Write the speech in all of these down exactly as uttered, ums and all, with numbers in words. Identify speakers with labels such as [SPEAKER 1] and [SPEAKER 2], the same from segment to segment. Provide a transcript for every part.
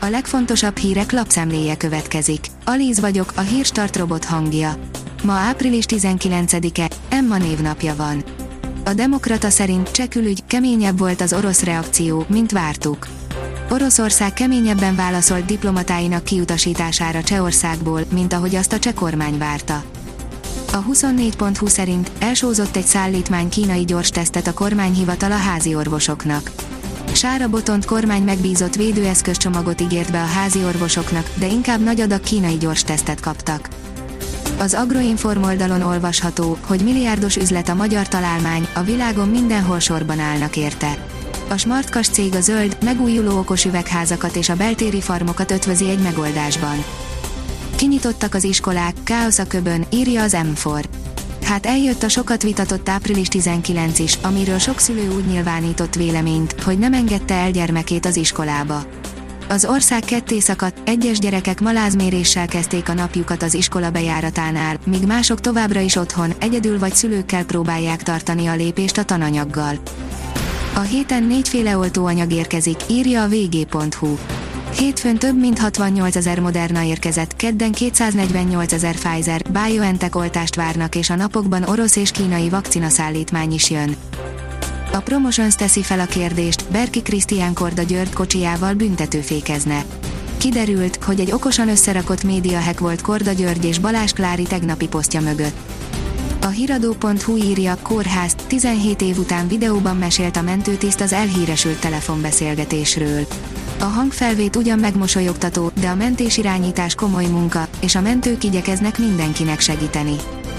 [SPEAKER 1] A legfontosabb hírek lapszemléje következik. Alíz vagyok, a Hírstart robot hangja. Ma április tizenkilencedike, Emma névnapja van. A Demokrata szerint cseh külügy, keményebb volt az orosz reakció, mint vártuk. Oroszország keményebben válaszolt diplomatáinak kiutasítására Csehországból, mint ahogy azt a cseh kormány várta. A huszonnégy pont hu szerint elsózott egy szállítmány kínai gyorstesztet a kormányhivatal a házi orvosoknak. Sára Botont kormány megbízott védőeszközcsomagot ígért be a házi orvosoknak, de inkább nagy adag kínai gyorstesztet kaptak. Az Agroinform oldalon olvasható, hogy milliárdos üzlet a magyar találmány, a világon mindenhol sorban állnak érte. A Smartkas cég a zöld, megújuló okos üvegházakat és a beltéri farmokat ötvözi egy megoldásban. Kinyitottak az iskolák, káosz a köbön, írja az M négy. Hát eljött a sokat vitatott április tizenkilencedike is, amiről sok szülő úgy nyilvánított véleményt, hogy nem engedte el gyermekét az iskolába. Az ország ketté szakadt, egyes gyerekek malázméréssel kezdték a napjukat az iskola bejáratánál, míg mások továbbra is otthon, egyedül vagy szülőkkel próbálják tartani a lépést a tananyaggal. A héten négyféle oltóanyag érkezik, írja a v g pont hu. Hétfőn több mint hatvannyolcezer Moderna érkezett, kedden kétszáznegyvennyolcezer Pfizer-BioNTech oltást várnak, és a napokban orosz és kínai vakcinaszállítmány is jön. A Promotions teszi fel a kérdést, Berki Krisztián Korda György kocsijával büntetőfékezne. Kiderült, hogy egy okosan összerakott médiahack volt Korda György és Balázs Klári tegnapi posztja mögött. A hiradó pont hu írja, kórház, tizenhét év után videóban mesélt a mentőtiszt az elhíresült telefonbeszélgetésről. A hangfelvét ugyan megmosolyogtató, de a mentésirányítás komoly munka, és a mentők igyekeznek mindenkinek segíteni.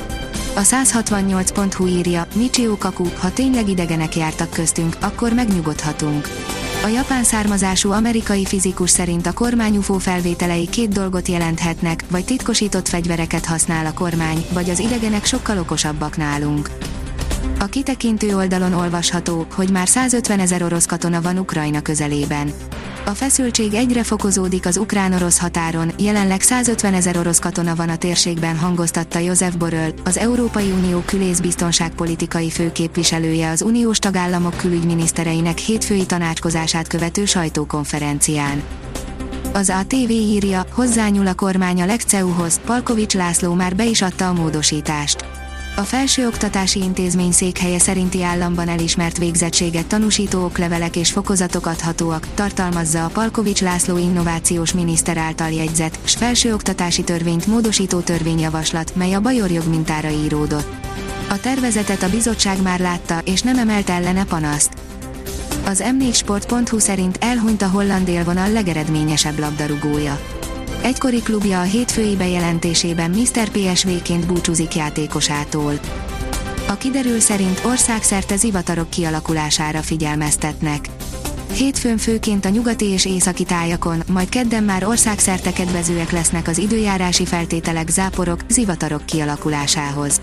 [SPEAKER 1] A száz hatvannyolc pont hu írja, Michio Kaku, ha tényleg idegenek jártak köztünk, akkor megnyugodhatunk. A japán származású amerikai fizikus szerint a kormány u f o felvételei két dolgot jelenthetnek, vagy titkosított fegyvereket használ a kormány, vagy az idegenek sokkal okosabbak nálunk. A kitekintő oldalon olvasható, hogy már százötvenezer orosz katona van Ukrajna közelében. A feszültség egyre fokozódik az ukrán-orosz határon, jelenleg százötvenezer orosz katona van a térségben, hangoztatta Josep Borrell, az Európai Unió külésbiztonságpolitikai főképviselője az uniós tagállamok külügyminisztereinek hétfői tanácskozását követő sajtókonferencián. Az á té vé írja, hozzányúl a kormány a Lex cé e u-hoz, Palkovics László már be is adta a módosítást. A felsőoktatási intézmény székhelye szerinti államban elismert végzettséget tanúsító oklevelek és fokozatok adhatóak, tartalmazza a Palkovics László innovációs miniszter által jegyzett, s felsőoktatási törvényt módosító törvényjavaslat, mely a Bajor jog mintára íródott. A tervezetet a bizottság már látta, és nem emelt ellene panaszt. Az em négy sport pont hu szerint elhunyt a holland élvonal legeredményesebb labdarúgója. Egykori klubja a hétfői bejelentésében miszter pé es vé-ként búcsúzik játékosától. A kiderül szerint országszerte zivatarok kialakulására figyelmeztetnek. Hétfőn főként a nyugati és északi tájakon, majd kedden már országszerte kedvezőek lesznek az időjárási feltételek záporok, zivatarok kialakulásához.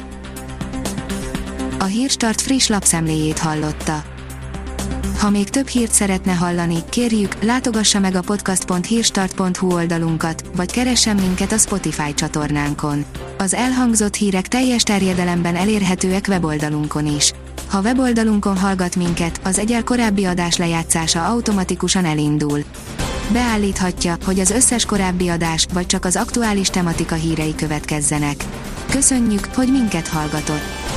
[SPEAKER 1] A Hírstart friss lapszemléjét hallotta. Ha még több hírt szeretne hallani, kérjük, látogassa meg a podcast pont hírstart pont hu oldalunkat, vagy keressen minket a Spotify csatornánkon. Az elhangzott hírek teljes terjedelemben elérhetőek weboldalunkon is. Ha weboldalunkon hallgat minket, az egyel korábbi adás lejátszása automatikusan elindul. Beállíthatja, hogy az összes korábbi adás, vagy csak az aktuális tematika hírei következzenek. Köszönjük, hogy minket hallgatott!